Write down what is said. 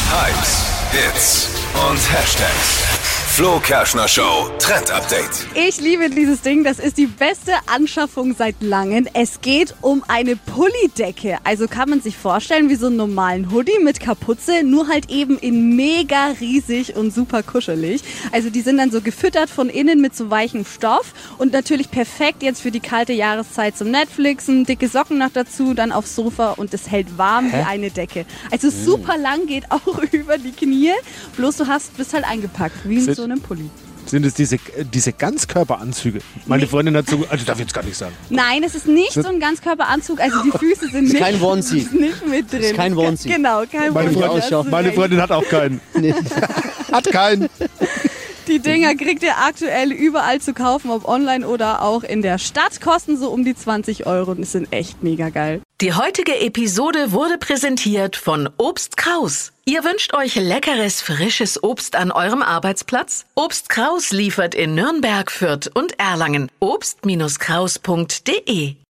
Hypes, Hits und Hashtags. Flo Kerschner Show Trend Update. Ich liebe dieses Ding. Das ist die beste Anschaffung seit langem. Es geht um eine Pullydecke. Also kann man sich vorstellen wie so einen normalen Hoodie mit Kapuze, nur halt eben in mega riesig und super kuschelig. Also die sind dann so gefüttert von innen mit so weichem Stoff und natürlich perfekt jetzt für die kalte Jahreszeit zum Netflixen. Dicke Socken noch dazu, dann aufs Sofa und es hält warm wie eine Decke. Also super lang, geht auch über die Knie. Bloß du bist halt eingepackt, wie in so einem Pulli. Sind es diese Ganzkörperanzüge? Meine Freundin hat so, also darf ich jetzt gar nicht sagen. Nein, es ist nicht so ein Ganzkörperanzug, also die Füße sind nicht, kein Onesie. nicht mit drin. Ist kein Onesie. Genau, kein Onesie. Meine Freundin hat auch keinen. Nee. Hat keinen. Die Dinger kriegt ihr aktuell überall zu kaufen, ob online oder auch in der Stadt. Kosten so um die 20 € und sind echt mega geil. Die heutige Episode wurde präsentiert von Obst Kraus. Ihr wünscht euch leckeres, frisches Obst an eurem Arbeitsplatz? Obst Kraus liefert in Nürnberg, Fürth und Erlangen. Obst-Kraus.de